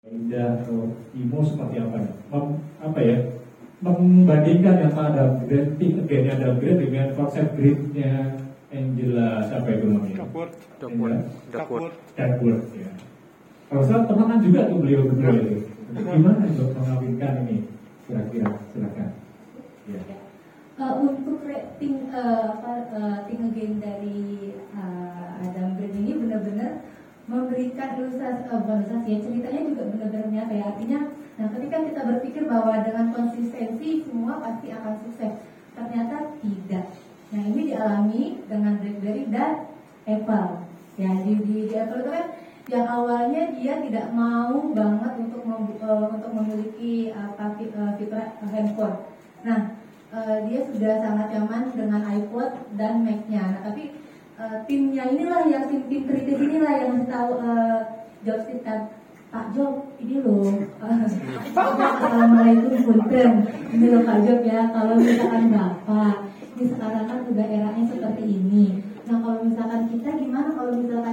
Indah atau Imo seperti apa ya? Membandingkan yang ada upgrade, think again ada upgrade dengan konsep gridnya Angela siapa itu namanya? Duckworth ya. Kalau saya temenan juga tuh beliau berdua itu. Gimana untuk mengawinkan ini? Kira-kira silakan. Ya. Untuk think again dari Adam Grant ini benar-benar memberikan ilustrasi ceritanya juga benar-benar nyata ya. Artinya, nah ketika kita berpikir bahwa dengan konsistensi semua pasti akan sukses, ternyata tidak. Nah ini dialami dengan BlackBerry dan Apple. Ya di Apple itu kan yang awalnya dia tidak mau banget untuk memiliki fitur handphone. Nah dia sudah sangat nyaman dengan iPod dan Mac-nya. Nah tapi timnya inilah yang tim kritis inilah yang tahu Jobs kita, Pak Job ini loh assalamualaikum punten, ini loh Pak Job ya, kalau misalkan Bapak ini sekarang kan udah eranya seperti ini. Nah kalau misalkan kita gimana kalau misalkan